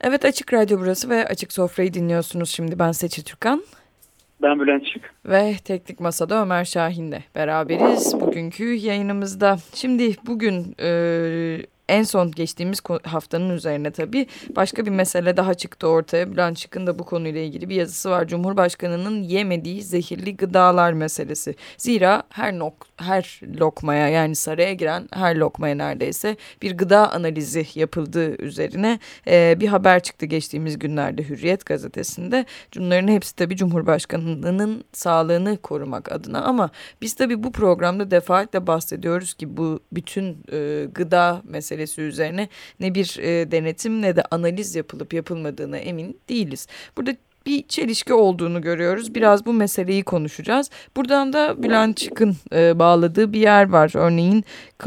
Evet, Açık Radyo burası ve Açık Sofra'yı dinliyorsunuz şimdi. Ben Seçil Türkan Ben Bülent Şık. ve Teknik Masa'da Ömer Şahin'le beraberiz bugünkü yayınımızda. Şimdi bugün en son geçtiğimiz haftanın üzerine tabii başka bir mesele daha çıktı ortaya. Bülent Şık'ın da bu konuyla ilgili bir yazısı var. Cumhurbaşkanı'nın yemediği zehirli gıdalar meselesi. Zira her lokmaya, yani saraya giren her lokmaya neredeyse bir gıda analizi yapıldığı üzerine bir haber çıktı geçtiğimiz günlerde Hürriyet gazetesinde. Bunların hepsi tabii Cumhurbaşkanı'nın sağlığını korumak adına, ama biz tabii bu programda defaatle bahsediyoruz ki bu bütün gıda meselesi üzerine ne bir denetim ne de analiz yapılıp yapılmadığına emin değiliz. Burada bir çelişki olduğunu görüyoruz. Biraz bu meseleyi konuşacağız. Buradan da Bülent Çık'ın bağladığı bir yer var. Örneğin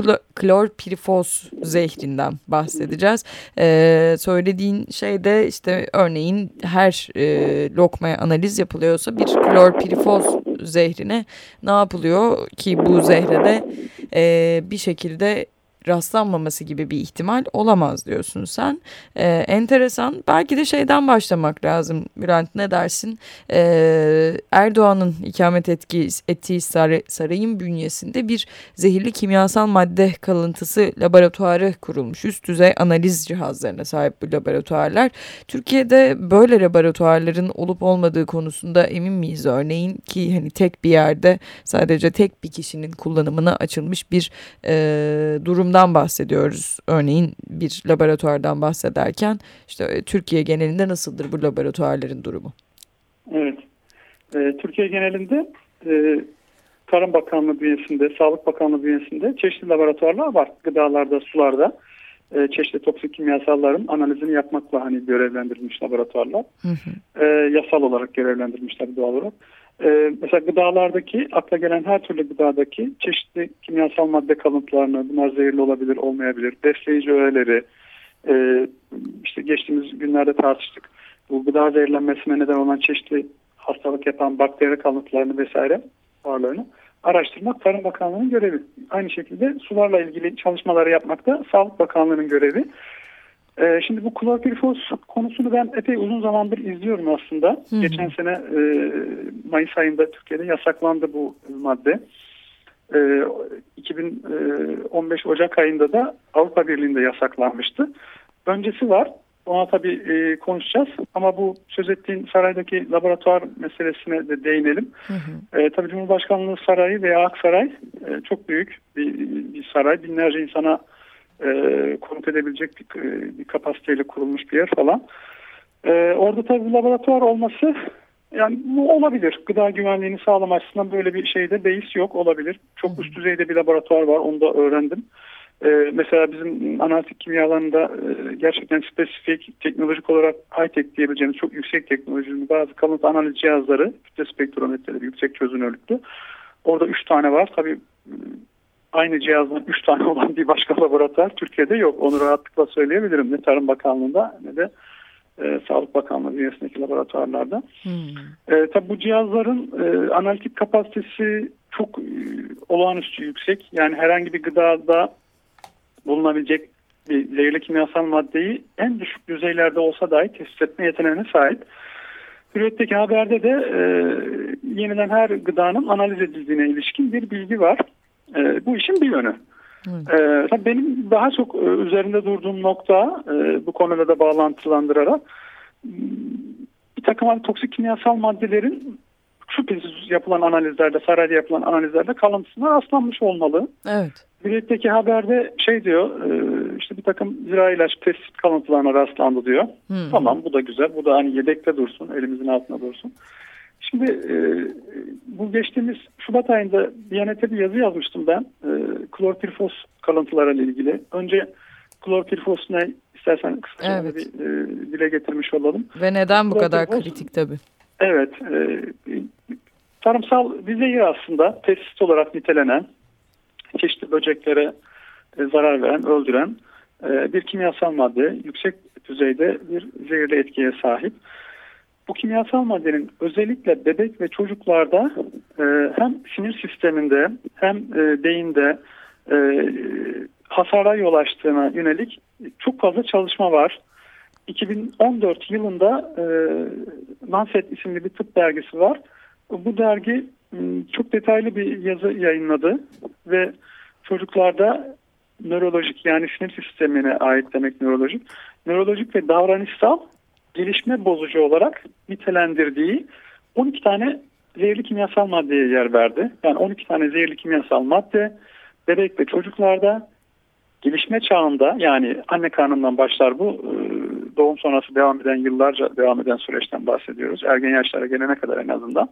klorpirifos zehrinden bahsedeceğiz. Söylediğin şey de işte örneğin her lokmaya analiz yapılıyorsa bir klorpirifos zehrine ne yapılıyor ki bu zehre de bir şekilde rastlanmaması gibi bir ihtimal olamaz diyorsun sen. Enteresan. Belki de şeyden başlamak lazım. Bülent, ne dersin? Erdoğan'ın ikamet ettiği sarayın bünyesinde bir zehirli kimyasal madde kalıntısı laboratuvarı kurulmuş. Üst düzey analiz cihazlarına sahip bu laboratuvarlar. Türkiye'de böyle laboratuvarların olup olmadığı konusunda emin miyiz? Örneğin ki hani tek bir yerde sadece tek bir kişinin kullanımına açılmış bir durumdan bahsediyoruz. Örneğin bir laboratuvardan bahsederken işte Türkiye genelinde nasıldır bu laboratuvarların durumu? Evet. Türkiye genelinde Tarım Bakanlığı bünyesinde, Sağlık Bakanlığı bünyesinde çeşitli laboratuvarlar var. Gıdalarda, sularda çeşitli toksik kimyasalların analizini yapmakla görevlendirilmiş laboratuvarlar. Hı hı. Yasal olarak görevlendirilmişler doğal olarak. Mesela gıdalardaki, akla gelen her türlü gıdadaki çeşitli kimyasal madde kalıntılarını, bunlar zehirli olabilir, olmayabilir, besleyici öğeleri, işte geçtiğimiz günlerde tartıştık. Bu gıda zehirlenmesine neden olan çeşitli hastalık yapan bakteri kalıntılarını vesaire varlığını araştırmak Tarım Bakanlığı'nın görevi. Aynı şekilde sularla ilgili çalışmaları yapmak da Sağlık Bakanlığı'nın görevi. Şimdi bu klorpirifos konusunu ben epey uzun zamandır izliyorum aslında. Hı hı. Geçen sene Mayıs ayında Türkiye'de yasaklandı bu madde. 2015 Ocak ayında da Avrupa Birliği'nde yasaklanmıştı. Öncesi var. Ona tabii konuşacağız. Ama bu söz ettiğin saraydaki laboratuvar meselesine de değinelim. Hı hı. Tabii Cumhurbaşkanlığı Sarayı veya Aksaray çok büyük bir saray. Binlerce insana konut edebilecek bir kapasiteyle kurulmuş bir yer falan. Orada tabii laboratuvar olması, yani bu olabilir. Gıda güvenliğini sağlama açısından böyle bir şeyde beis yok, olabilir. Çok üst düzeyde bir laboratuvar var, onu da öğrendim. Mesela bizim analitik kimyalarında gerçekten spesifik, teknolojik olarak high-tech diyebileceğimiz çok yüksek teknolojinin bazı kalıntı analiz cihazları, kütle spektrometreleri, yüksek çözünürlüklü. Orada 3 tane var. Tabii aynı cihazdan 3 tane olan bir başka laboratuvar Türkiye'de yok. Onu rahatlıkla söyleyebilirim. Ne Tarım Bakanlığı'nda ne de Sağlık Bakanlığı bünyesindeki laboratuvarlarda. Tabii bu cihazların analitik kapasitesi çok olağanüstü yüksek. Yani herhangi bir gıdada bulunabilecek bir zehirli kimyasal maddeyi en düşük düzeylerde olsa dahi tespit etme yeteneğine sahip. Hürriyet'teki haberde de yeniden her gıdanın analiz edildiğine ilişkin bir bilgi var. Bu işin bir yönü. Tabii benim daha çok üzerinde durduğum nokta, bu konuda da bağlantılandırarak, bir takım toksik kimyasal maddelerin şüphesiz yapılan analizlerde, sarayda yapılan analizlerde kalıntısına rastlanmış olmalı. Evet. Hürriyet'teki haberde şey diyor, işte bir takım zira ilaç, pestisit kalıntılarına rastlandı diyor. Tamam, bu da güzel, bu da yedekte dursun, elimizin altında dursun. Şimdi bu geçtiğimiz Şubat ayında Diyanet'e bir yazı yazmıştım ben. Klorpirifos kalıntılarıyla ilgili. Önce klorpirifos ne, istersen kısaca bir dile getirmiş olalım. Ve neden bu kadar kritik tabii? Evet. Tarımsal bir zehir aslında, pestisit olarak nitelenen, çeşitli böceklere zarar veren, öldüren bir kimyasal madde. Yüksek düzeyde bir zehirli etkiye sahip. Bu kimyasal maddenin özellikle bebek ve çocuklarda hem sinir sisteminde hem beyinde hasara yol açtığına yönelik çok fazla çalışma var. 2014 yılında Lancet isimli bir tıp dergisi var. Bu dergi çok detaylı bir yazı yayınladı ve çocuklarda nörolojik, yani sinir sistemine ait demek nörolojik ve davranışsal gelişme bozucu olarak nitelendirdiği 12 tane zehirli kimyasal maddeye yer verdi. Yani 12 tane zehirli kimyasal madde bebek ve çocuklarda gelişme çağında, yani anne karnından başlar bu, doğum sonrası devam eden, yıllarca devam eden süreçten bahsediyoruz. Ergen yaşlara gelene kadar en azından.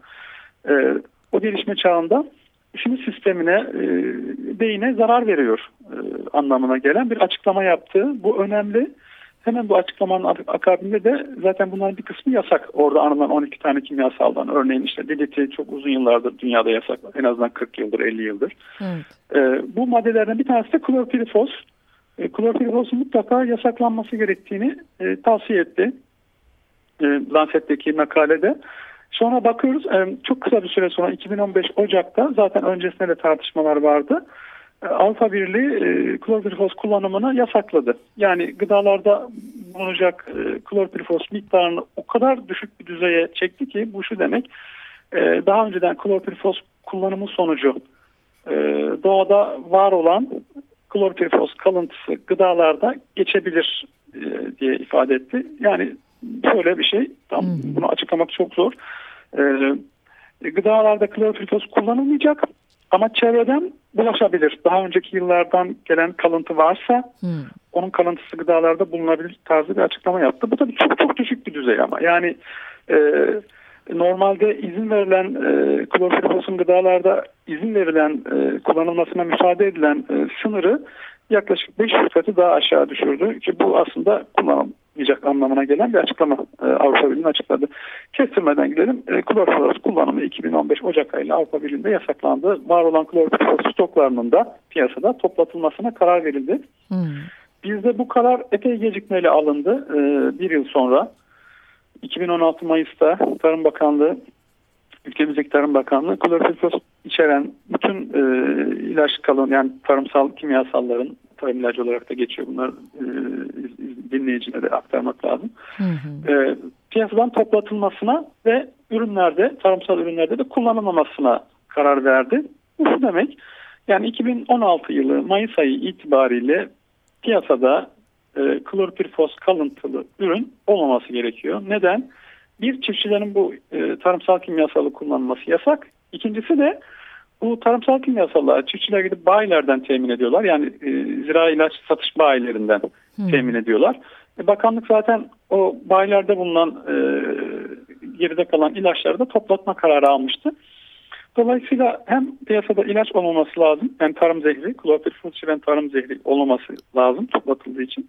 O gelişme çağında sinir sistemine, beyine zarar veriyor anlamına gelen bir açıklama yaptı. Bu önemli. Hemen bu açıklamanın akabinde de zaten bunların bir kısmı yasak. Orada anılan 12 tane kimyasaldan. Örneğin işte DDT çok uzun yıllardır dünyada yasak. En azından 40 yıldır, 50 yıldır. Evet. Bu maddelerden bir tanesi de klorpirifos. Klorpirifos'un mutlaka yasaklanması gerektiğini tavsiye etti Lancet'teki makalede. Sonra bakıyoruz, çok kısa bir süre sonra 2015 Ocak'ta, zaten öncesinde de tartışmalar vardı. Avrupa Birliği klorpirifos kullanımını yasakladı. Yani gıdalarda bulunacak klorpirifos miktarını o kadar düşük bir düzeye çekti ki, bu şu demek: daha önceden klorpirifos kullanımı sonucu doğada var olan klorpirifos kalıntısı gıdalarda geçebilir diye ifade etti. Yani böyle bir şey, tam bunu açıklamak çok zor. Gıdalarda klorpirifos kullanılmayacak ama çevreden bulaşabilir. Daha önceki yıllardan gelen kalıntı varsa onun kalıntısı gıdalarda bulunabilir tarzı bir açıklama yaptı. Bu tabii çok çok düşük bir düzey ama. Yani normalde izin verilen klorpirifosun gıdalarda izin verilen, kullanılmasına müsaade edilen sınırı yaklaşık 500 katı daha aşağı düşürdü ki bu aslında kullanılmayacak anlamına gelen bir açıklama Avrupa Birliği'nin açıkladı. Kestirmeden gidelim. Klorpirifos kullanımı 2015 Ocak ayıyla Avrupa Birliği'nde yasaklandı. Var olan klorpirifos stoklarının da piyasada toplatılmasına karar verildi. Bizde bu karar epey gecikmeli alındı. Bir yıl sonra 2016 Mayıs'ta Tarım Bakanlığı, ülkemizdeki Tarım Bakanlığı klorpirifos içeren bütün ilaç yani tarımsal kimyasalların, tarım ilacı olarak da geçiyor bunlar, dinleyicine de aktarmak lazım. Piyasadan toplatılmasına ve ürünlerde, tarımsal ürünlerde de kullanılmamasına karar verdi. Bu şu demek: yani 2016 yılı Mayıs ayı itibariyle piyasada klorpirifos kalıntılı ürün olmaması gerekiyor. Neden? Bir, çiftçilerin bu tarımsal kimyasalı kullanması yasak. İkincisi de bu tarımsal kimyasalları çiftçiler gidip bayilerden temin ediyorlar. Yani zira ilaç satış bayilerinden temin ediyorlar. Bakanlık zaten o bayilerde bulunan geride kalan ilaçları da toplatma kararı almıştı. Dolayısıyla hem piyasada ilaç olmaması lazım, yani tarım zehri, klorpirifos içeren tarım zehri olmaması lazım toplatıldığı için.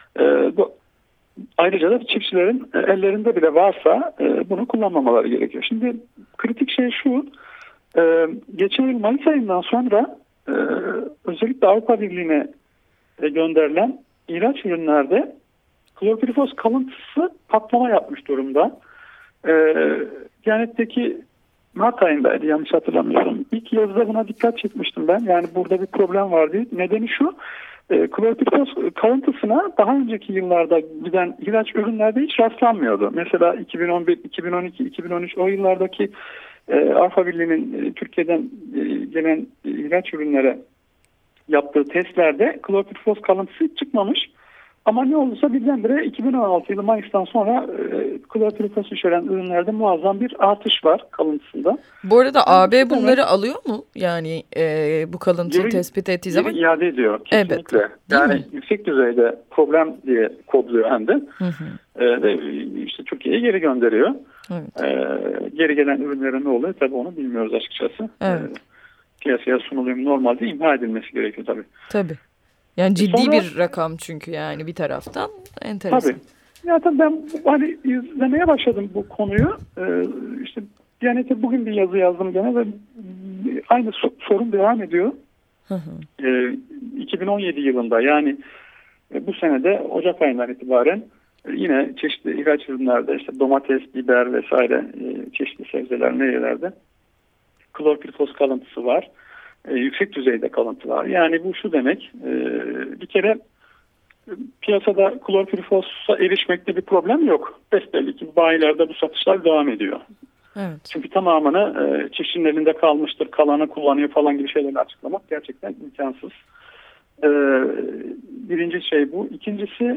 Ayrıca da çiftçilerin ellerinde bile varsa bunu kullanmamaları gerekiyor. Şimdi kritik şey şu: geçen yıl Mayıs ayından sonra özellikle Avrupa Birliği'ne gönderilen ilaç ürünlerde klorpirifos kalıntısı patlama yapmış durumda. Diyanet'teki Mart ayındaydı yanlış hatırlamıyorum. İlk yazıda buna dikkat çekmiştim ben. Yani burada bir problem var diye. Nedeni şu: klorpirifos kalıntısına daha önceki yıllarda giden ilaç ürünlerde hiç rastlanmıyordu. Mesela 2011, 2012, 2013 o yıllardaki Avrupa Birliği'nin Türkiye'den gelen ilaç ürünlere yaptığı testlerde klorpirifos kalıntısı hiç çıkmamış. Ama ne olursa birdenbire 2016 yılı Mayıs'tan sonra klorpirifos içeren ürünlerde muazzam bir artış var kalıntısında. Bu arada AB bunları alıyor mu? Yani bu kalıntıyı tespit ettiği zaman? İade ediyor kesinlikle. Evet. Yani yüksek düzeyde problem diye kodluyor hem de. Ve işte Türkiye'ye geri gönderiyor. Evet. Geri gelen ürünlere ne oluyor? Tabii onu bilmiyoruz açıkçası. Evet. Piyasaya sunuluyor. Normalde imha edilmesi gerekiyor tabii. Tabii. Yani ciddi bir rakam çünkü, yani bir taraftan enteresan. Tabii. Ya tabii ben hani izlemeye başladım bu konuyu. İşte Diyanet'e bugün bir yazı yazdım gene ve aynı sorun devam ediyor. 2017 yılında, yani bu senede Ocak ayından itibaren yine çeşitli ilaç ürünlerde, işte domates, biber vesaire, çeşitli sebzeler, meyvelerde klorpirifos kalıntısı var. Yüksek düzeyde kalıntı var. Yani bu şu demek: bir kere piyasada klorpirifos'a erişmekte bir problem yok. Besbelli ki bayilerde bu satışlar devam ediyor. Evet. Çünkü tamamını çiftçinin elinde kalmıştır, kalanı kullanıyor falan gibi şeyleri açıklamak gerçekten imkansız. Birinci şey bu. İkincisi,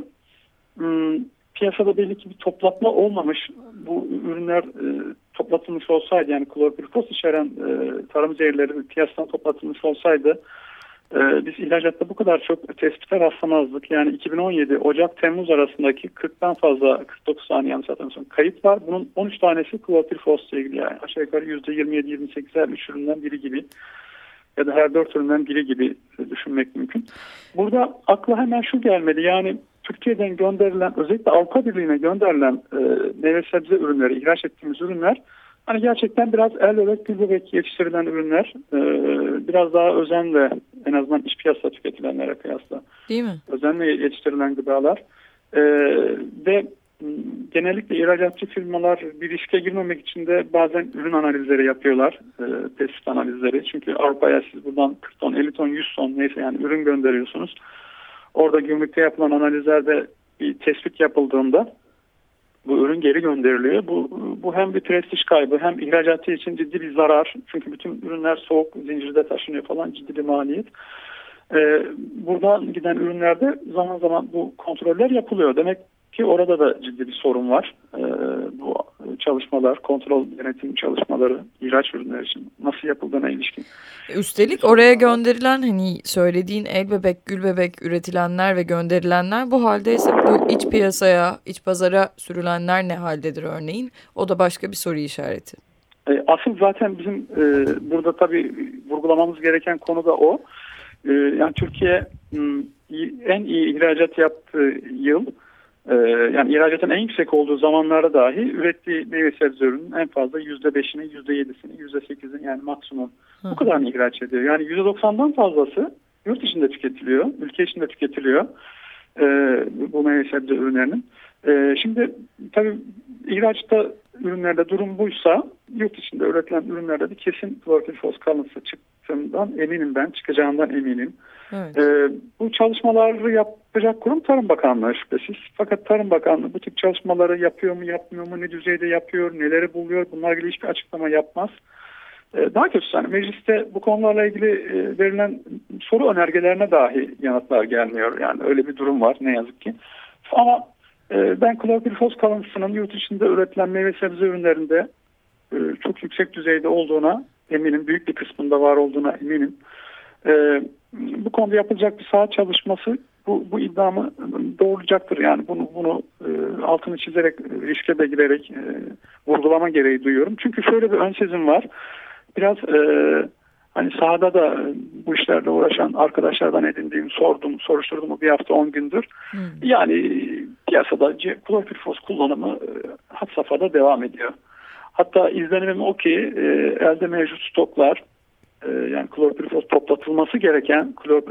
piyasada belli ki bir toplatma olmamış. Bu ürünler toplatılmış olsaydı, yani klorpirifos içeren tarım zehirleri piyasadan toplatılmış olsaydı biz ihracatta bu kadar çok tespite rastlamazdık. Yani 2017 Ocak-Temmuz arasındaki 40'tan fazla, 49 tane yanlış hatırlamıyorsam kayıt var. Bunun 13 tanesi klorpirifosla ilgili, yani aşağı yukarı %27-28 her 3 üründen biri gibi ya da her 4 üründen biri gibi düşünmek mümkün. Burada akla hemen şu gelmedi, yani Türkiye'den gönderilen, özellikle Avrupa Birliği'ne gönderilen meyve sebze ürünleri, ihraç ettiğimiz ürünler hani gerçekten biraz el bebek gül bebek yetiştirilen ürünler, biraz daha özenle, en azından iç piyasada tüketilenlere kıyasla Değil mi? özenle yetiştirilen gıdalar ve genellikle ihracatçı firmalar bir riske girmemek için de bazen ürün analizleri yapıyorlar, tespit analizleri. Çünkü Avrupa'ya siz buradan 40 ton, 50 ton, 100 ton neyse yani ürün gönderiyorsunuz. Orada gümrükte yapılan analizlerde bir tespit yapıldığında bu ürün geri gönderiliyor. Bu hem bir prestij kaybı hem ihracatçı için ciddi bir zarar. Çünkü bütün ürünler soğuk zincirde taşınıyor falan, ciddi bir maliyet. Buradan giden ürünlerde zaman zaman bu kontroller yapılıyor. Demek ki orada da ciddi bir sorun var. Bu çalışmalar, kontrol denetim çalışmaları ihraç ürünler için nasıl yapıldığına ilişkin. Üstelik oraya gönderilen, hani söylediğin el bebek gül bebek üretilenler ve gönderilenler bu haldeyse bu iç piyasaya, iç pazara sürülenler ne haldedir örneğin? O da başka bir soru işareti. Asıl zaten bizim burada tabii vurgulamamız gereken konu da o. Yani Türkiye en iyi ihracat yaptığı yıl, yani ihracatın en yüksek olduğu zamanlarda dahi ürettiği meyve sebze ürünün en fazla %5'ini, %7'sini, %8'ini, yani maksimum bu kadarını ihraç ediyor. Yani %90'dan fazlası yurt içinde tüketiliyor, ülke içinde tüketiliyor bu meyve sebze ürünlerinin. Şimdi tabii ihraçta ürünlerde durum buysa, yurt içinde üretilen ürünlerde de kesin klorpirifos kalıntısı çıktığından eminim ben, çıkacağından eminim. Evet. Bu çalışmaları yapacak kurum Tarım Bakanlığı şüphesiz. Fakat Tarım Bakanlığı bu tip çalışmaları yapıyor mu, yapmıyor mu, ne düzeyde yapıyor, neleri buluyor, bunlarla ilgili hiçbir açıklama yapmaz. Daha kötüsü, yani mecliste bu konularla ilgili verilen soru önergelerine dahi yanıtlar gelmiyor. Yani öyle bir durum var ne yazık ki. Ama ben klorpirifos kalıntısının yurt içinde üretilen meyve sebze ürünlerinde çok yüksek düzeyde olduğuna eminim. Büyük bir kısmında var olduğuna eminim. Bu konuda yapılacak bir saha çalışması bu iddiamı doğrulayacaktır. Yani bunu altını çizerek, riske de girerek vurgulama gereği duyuyorum. Çünkü şöyle bir ön sezim var. Biraz hani sahada da bu işlerle uğraşan arkadaşlardan edindiğim, soruşturduğum bir hafta 10 gündür. Yani piyasada klorpirifos kullanımı had safhada devam ediyor. Hatta izlenimim o ki elde mevcut stoklar, yani klorpirifos toplatılması gereken,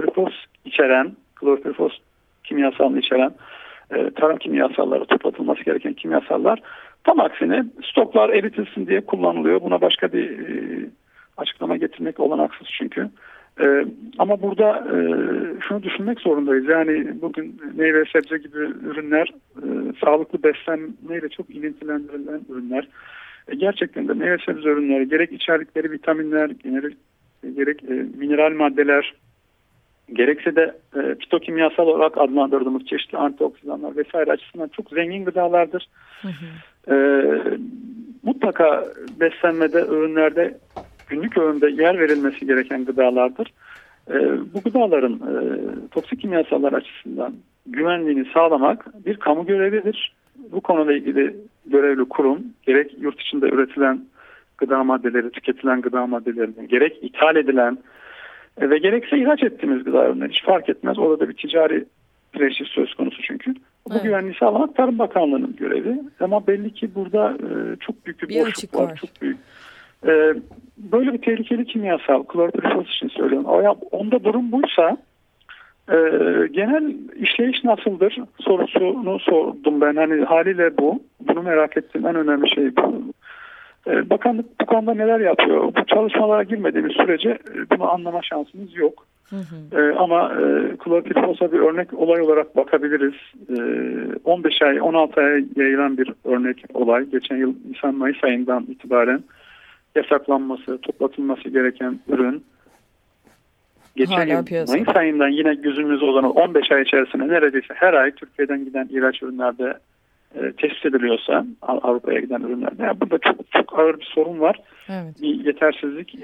klorpirifos kimyasalını içeren tarım kimyasalları, toplatılması gereken kimyasallar tam aksine stoklar eritilsin diye kullanılıyor. Buna başka bir açıklama getirmek olanaksız çünkü. Ama burada şunu düşünmek zorundayız. Yani bugün meyve sebze gibi ürünler sağlıklı beslenmeyle çok ilintilendirilen ürünler. Gerçekten de meyve sebze ürünleri gerek içerdikleri vitaminler, gerek mineral maddeler, gerekse de fitokimyasal olarak adlandırdığımız çeşitli antioksidanlar vesaire açısından çok zengin gıdalardır. Mutlaka beslenmede, ürünlerde, günlük öğünde yer verilmesi gereken gıdalardır. Bu gıdaların toksik kimyasallar açısından güvenliğini sağlamak bir kamu görevidir. Bu konuyla ilgili görevli kurum gerek yurt içinde üretilen gıda maddeleri, tüketilen gıda maddelerini, gerek ithal edilen ve gerekse ihraç ettiğimiz gıda ürünleri hiç fark etmez. Orada da bir ticari prestij söz konusu çünkü. Bu güvenliği sağlamak Tarım Bakanlığı'nın görevi. Ama belli ki burada çok büyük bir boşluk var. Çok büyük. Böyle bir tehlikeli kimyasal, klorpirifos için söylüyorum. Onda durum buysa genel işleyiş nasıldır sorusunu sordum ben. Hani haliyle bu. Bunu merak ettiğim en önemli şey bu. Bakanlık bu konuda neler yapıyor? Bu çalışmalara girmediğimiz sürece bunu anlama şansımız yok. Ama klorpirifos'a bir örnek olay olarak bakabiliriz. 15 ay, 16 ay yayılan bir örnek olay. Geçen yıl Nisan-Mayıs ayından itibaren yasaklanması, toplatılması gereken ürün. Geçen yıl Mayıs ayından yine gözümüzde olan 15 ay içerisinde neredeyse her ay Türkiye'den giden ihraç ürünlerde tespit ediliyorsa, Avrupa'ya giden ürünlerde, yani burada çok ağır bir sorun var. Evet. Bir yetersizlik,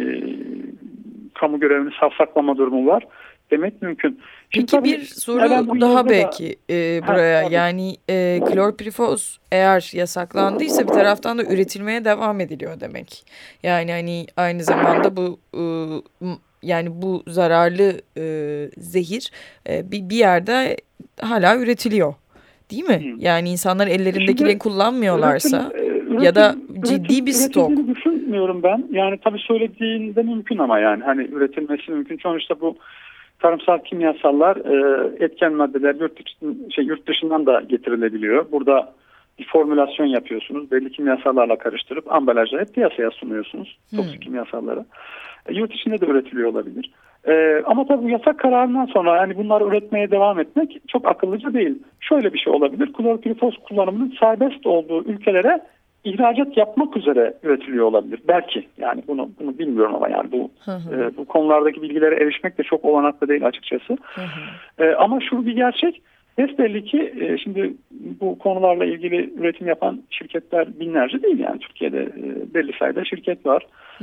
kamu görevini savsaklama durumu var demek mümkün. Peki tabii, bir soru daha belki buraya. Yani klorpirifos eğer yasaklandıysa bir taraftan da üretilmeye devam ediliyor demek. Yani hani aynı zamanda bu yani bu zararlı zehir bir yerde hala üretiliyor. Değil mi? Yani insanlar ellerindekileri kullanmıyorlarsa ya da ciddi bir stok. Düşünmüyorum ben. Yani tabii söylediğinde mümkün ama yani hani üretilmesi mümkün. Sonuçta bu tarımsal kimyasallar, etken maddeler yurt dışından da getirilebiliyor. Burada bir formülasyon yapıyorsunuz. Belli kimyasallarla karıştırıp ambalajla piyasaya sunuyorsunuz. Toksik kimyasalları. Yurt içinde de üretiliyor olabilir. Ama tabii bu yasak kararından sonra yani bunları üretmeye devam etmek çok akıllıca değil. Şöyle bir şey olabilir. Klorpirifos kullanımının serbest olduğu ülkelere ihracat yapmak üzere üretiliyor olabilir. Belki yani bunu bilmiyorum ama yani bu konulardaki bilgilere erişmek de çok olanaklı değil açıkçası. Ama şu bir gerçek. Besbelli ki şimdi bu konularla ilgili üretim yapan şirketler binlerce değil yani Türkiye'de belli sayıda şirket var.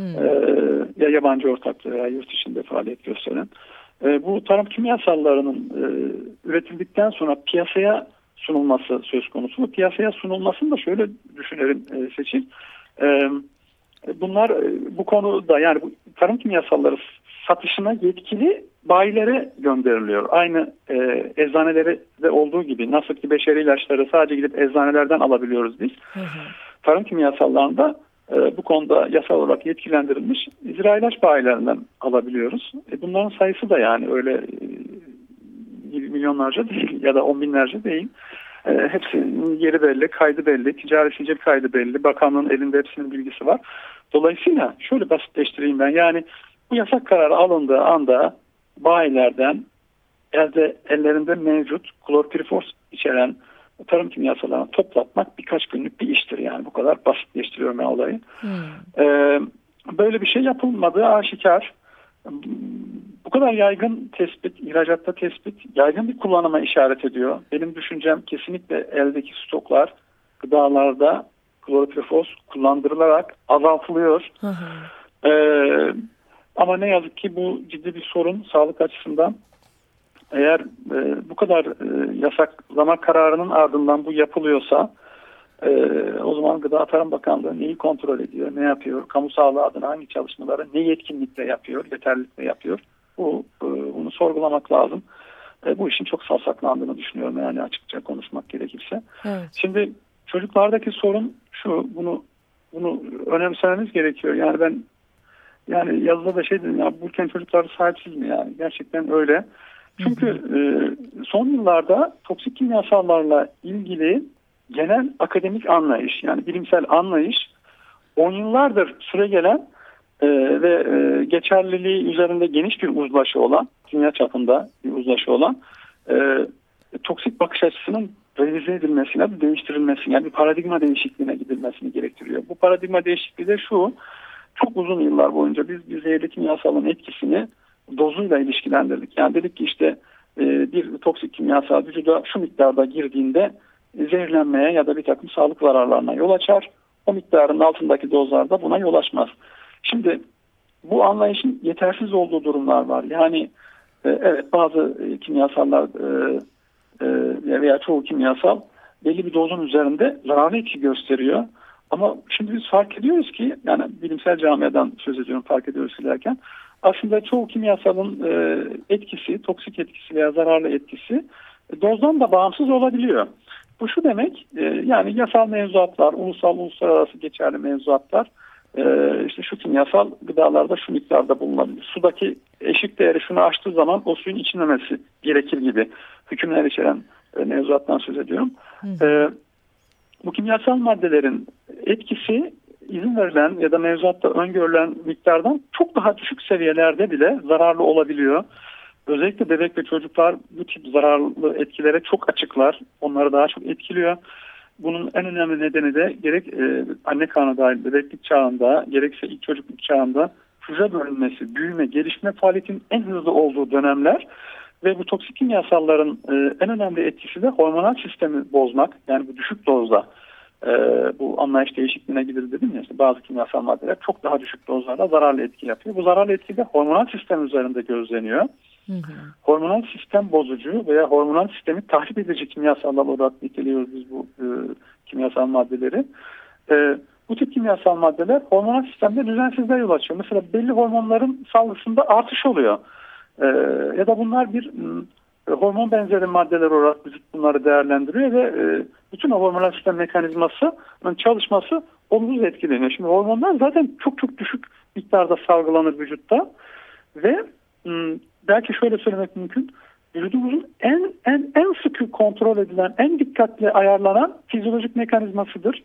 Ya yabancı ortaklığı veya yurt içinde faaliyet gösteren. Bu tarım kimyasallarının üretildikten sonra piyasaya sunulması söz konusu. Bu piyasaya sunulmasını da şöyle düşünelim Seçil. Bunlar bu konuda yani bu tarım kimyasalları satışına yetkili bayilere gönderiliyor. Aynı eczanelerde olduğu gibi nasıl ki beşeri ilaçları sadece gidip eczanelerden alabiliyoruz biz. Tarım kimyasallarında bu konuda yasal olarak yetkilendirilmiş icra ilaç bayilerinden alabiliyoruz. Bunların sayısı da yani öyle milyonlarca değil ya da 10 binlerce değil. Hepsinin yeri belli, kaydı belli, ticari sicil kaydı belli. Bakanlığın elinde hepsinin bilgisi var. Dolayısıyla şöyle basitleştireyim ben. Yani bu yasak kararı alındığı anda bayilerden ellerinde mevcut klorpirifos içeren tarım kimyasallarını toplatmak birkaç günlük bir iştir. Yani bu kadar basitleştiriyorum ben olayı. Böyle bir şey yapılmadığı aşikar. Bu kadar yaygın tespit, ihracatta tespit, yaygın bir kullanıma işaret ediyor. Benim düşüncem kesinlikle eldeki stoklar gıdalarda klorpirifos kullandırılarak azaltılıyor. Ama ne yazık ki bu ciddi bir sorun sağlık açısından. Eğer bu kadar yasaklama kararının ardından bu yapılıyorsa o zaman Gıda Tarım Bakanlığı neyi kontrol ediyor, ne yapıyor, kamu sağlığı adına hangi çalışmaları, ne yetkinlikle yapıyor, yeterlilikle yapıyor, bunu sorgulamak lazım. Bu işin çok savsaklandığını düşünüyorum yani açıkça konuşmak gerekirse. Evet. Şimdi çocuklardaki sorun şu, bunu önemsememiz gerekiyor. Yani yazıda da şey dedim ya, bu ülkenin çocukları sahipsiz mi yani? Gerçekten öyle. Çünkü son yıllarda toksik kimyasallarla ilgili genel akademik anlayış, yani bilimsel anlayış 10 yıllardır süregelen ve geçerliliği üzerinde geniş bir uzlaşı olan, dünya çapında bir uzlaşı olan toksik bakış açısının revize edilmesine, değiştirilmesine, yani bir paradigma değişikliğine gidilmesini gerektiriyor. Bu paradigma değişikliği de şu: çok uzun yıllar boyunca biz zehirli kimyasalın etkisini dozuyla ilişkilendirdik. Yani dedik ki işte bir toksik kimyasal vücuda şu miktarda girdiğinde zehirlenmeye ya da bir takım sağlık zararlarına yol açar. O miktarın altındaki dozlarda buna yol açmaz. Şimdi bu anlayışın yetersiz olduğu durumlar var. Yani evet, bazı kimyasallar veya çoğu kimyasal belli bir dozun üzerinde zararlı etki gösteriyor. Ama şimdi biz fark ediyoruz ki, yani bilimsel camiadan söz ediyorum, fark ediyoruz ki derken, aslında çoğu kimyasalın etkisi, toksik etkisi veya zararlı etkisi dozdan da bağımsız olabiliyor. Bu şu demek, yani yasal mevzuatlar, uluslararası geçerli mevzuatlar, işte şu kimyasal gıdalarda şu miktarda bulunabilir. Sudaki eşik değeri şunu aştığı zaman o suyun içilmemesi gerekir gibi hükümler içeren mevzuattan söz ediyorum. Bu kimyasal maddelerin etkisi izin verilen ya da mevzuatta öngörülen miktardan çok daha düşük seviyelerde bile zararlı olabiliyor. Özellikle bebek ve çocuklar bu tip zararlı etkilere çok açıklar. Onları daha çok etkiliyor. Bunun en önemli nedeni de gerek anne karnı dahil bebeklik çağında gerekse ilk çocukluk çağında hücre bölünmesi, büyüme, gelişme faaliyetinin en hızlı olduğu dönemler ve bu toksik kimyasalların en önemli etkisi de hormonal sistemi bozmak. Yani bu düşük dozda bu anlayış değişikliğine gidilir dedim ya, işte bazı kimyasal maddeler çok daha düşük dozlarda zararlı etki yapıyor. Bu zararlı etki de hormonal sistem üzerinde gözleniyor. Hı hı. Hormonal sistem bozucu veya hormonal sistemi tahrip edici kimyasallar olarak niteliyoruz biz bu kimyasal maddeleri. Bu tip kimyasal maddeler hormonal sistemde düzensizliğe yol açıyor. Mesela belli hormonların salgısında artış oluyor. Ya da bunlar bir hormon benzeri maddeler olarak vücut bunları değerlendiriyor ve bütün o hormonal sistem mekanizmasının çalışması olumsuz etkileniyor. Şimdi hormonlar zaten çok çok düşük miktarda salgılanır vücutta ve belki şöyle söylemek mümkün. Vücudumuzun en sıkı kontrol edilen, en dikkatli ayarlanan fizyolojik mekanizmasıdır.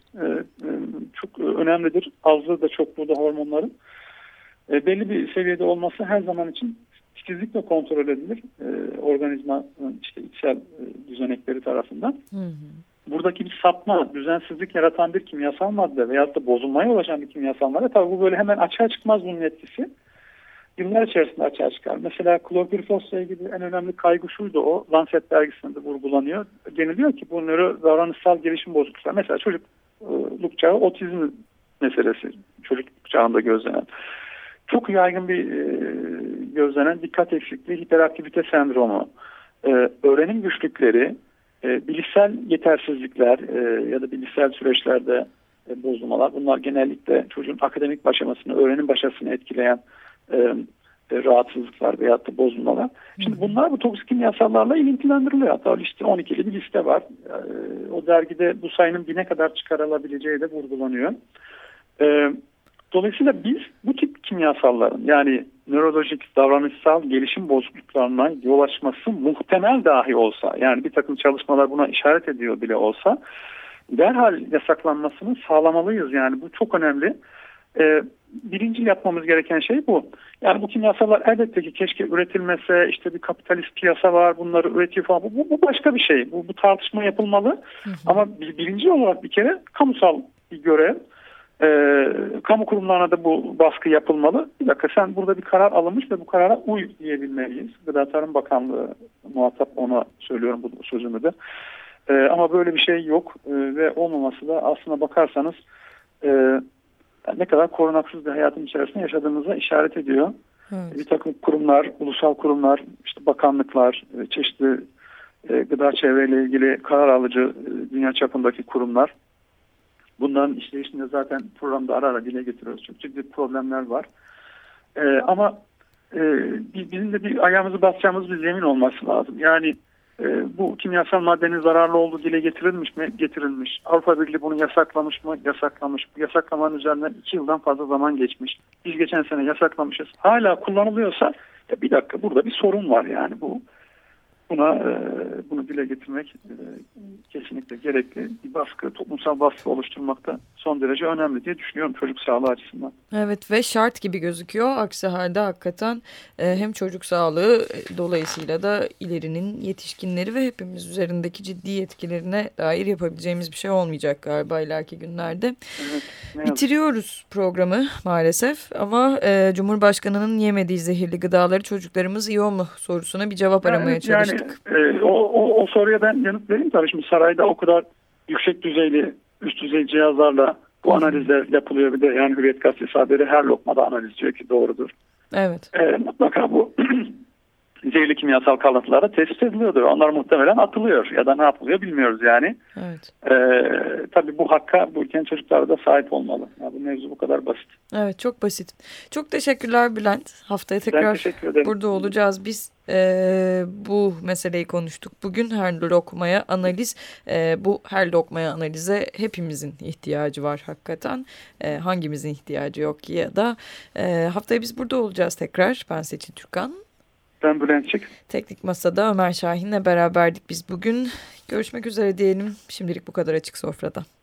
Çok önemlidir. Azlığı da çokluğu da hormonların. Belli bir seviyede olması her zaman için titizlikle kontrol edilir. Organizmanın işte içsel düzenekleri tarafından. Hı hı. Buradaki bir sapma, düzensizlik yaratan bir kimyasal madde veyahut da bozulmaya ulaşan bir kimyasal madde. Tabii bu böyle hemen açığa çıkmaz bunun etkisi. Yıllar içerisinde açığa çıkar. Mesela klorpirifosla ilgili en önemli kaygı şuydu, o Lancet dergisinde vurgulanıyor. Deniliyor ki bu nöro davranışsal gelişim bozuklukları. Mesela çocukluk çağı otizm meselesi, çocukluk çağında gözlenen. Çok yaygın bir gözlenen dikkat eksikliği, hiperaktivite sendromu, öğrenim güçlükleri, bilişsel yetersizlikler ya da bilişsel süreçlerde bozulmalar. Bunlar genellikle çocuğun akademik başarısını, öğrenim başarısını etkileyen rahatsızlıklar veyahut da bozulmalar. Şimdi bunlar bu toksik kimyasallarla ilintilendiriliyor. Hatta liste 12'li bir liste var. O dergide bu sayının 1000'e kadar çıkarılabileceği de vurgulanıyor. Dolayısıyla biz bu tip kimyasalların yani nörolojik, davranışsal gelişim bozukluklarına yol açması muhtemel dahi olsa, yani bir takım çalışmalar buna işaret ediyor bile olsa derhal yasaklanmasını sağlamalıyız. Yani bu çok önemli. Birinci yapmamız gereken şey bu. Yani bu kimyasallar elbette ki keşke üretilmese, işte bir kapitalist piyasa var, bunları üretiyor falan. Bu başka bir şey. Bu tartışma yapılmalı. Hı hı. Ama birinci olarak bir kere kamusal bir görev. Kamu kurumlarına da bu baskı yapılmalı. Bir dakika, sen burada bir karar alınmış ve bu karara uy diyebilmeliyiz. Gıda Tarım Bakanlığı muhatap, ona söylüyorum bu sözümü de. Ama böyle bir şey yok ve olmaması da aslına bakarsanız ne kadar korunaksız bir hayatın içerisinde yaşadığımıza işaret ediyor. Evet. Bir takım kurumlar, ulusal kurumlar, işte bakanlıklar, çeşitli gıda çevreyle ilgili karar alıcı dünya çapındaki kurumlar. Bunların işleyişinde zaten programda ara ara dile getiriyoruz. Çok ciddi problemler var. Ama bizim de bir ayağımızı basacağımız bir zemin olması lazım. Yani bu kimyasal maddenin zararlı olduğu dile getirilmiş mi? Getirilmiş. Avrupa Birliği bunu yasaklamış mı? Yasaklamış. Bu yasaklamanın üzerinden 2 yıldan fazla zaman geçmiş. Biz geçen sene yasaklamışız. Hala kullanılıyorsa bir dakika, burada bir sorun var yani bu. Bunu dile getirmek kesinlikle gerekli. Bir baskı, toplumsal baskı oluşturmakta son derece önemli diye düşünüyorum çocuk sağlığı açısından. Evet ve şart gibi gözüküyor. Aksi halde hakikaten hem çocuk sağlığı dolayısıyla da ilerinin yetişkinleri ve hepimiz üzerindeki ciddi etkilerine dair yapabileceğimiz bir şey olmayacak galiba ileriki günlerde. Evet, bitiriyoruz programı maalesef ama Cumhurbaşkanı'nın yemediği zehirli gıdaları çocuklarımız yiyor mu sorusuna bir cevap aramaya çalıştık. O soruya ben yanıt vereyim tabii. Şimdi sarayda o kadar yüksek düzeyli, üst düzey cihazlarla bu analizler yapılıyor. Bir de yani Hürriyet Gazetesi haberi her lokmada analiz diyor ki doğrudur. Evet. Mutlaka bu zehirli kimyasal kalıntılara tespit ediliyordur. Onlar muhtemelen atılıyor ya da ne yapılıyor bilmiyoruz yani. Evet. Tabii bu hakka bu ülkenin çocukları da sahip olmalı. Yani bu mevzu bu kadar basit. Evet, çok basit. Çok teşekkürler Bülent. Haftaya tekrar burada olacağız. Biz bu meseleyi konuştuk. Bugün her lokmaya analiz. Bu her lokmaya analize hepimizin ihtiyacı var hakikaten. Hangimizin ihtiyacı yok ki ya da haftaya biz burada olacağız tekrar. Ben Seçil Türkan. Ben Bülent Çık. Teknik Masa'da Ömer Şahin'le beraberdik biz bugün. Görüşmek üzere diyelim. Şimdilik bu kadar Açık Sofra'da.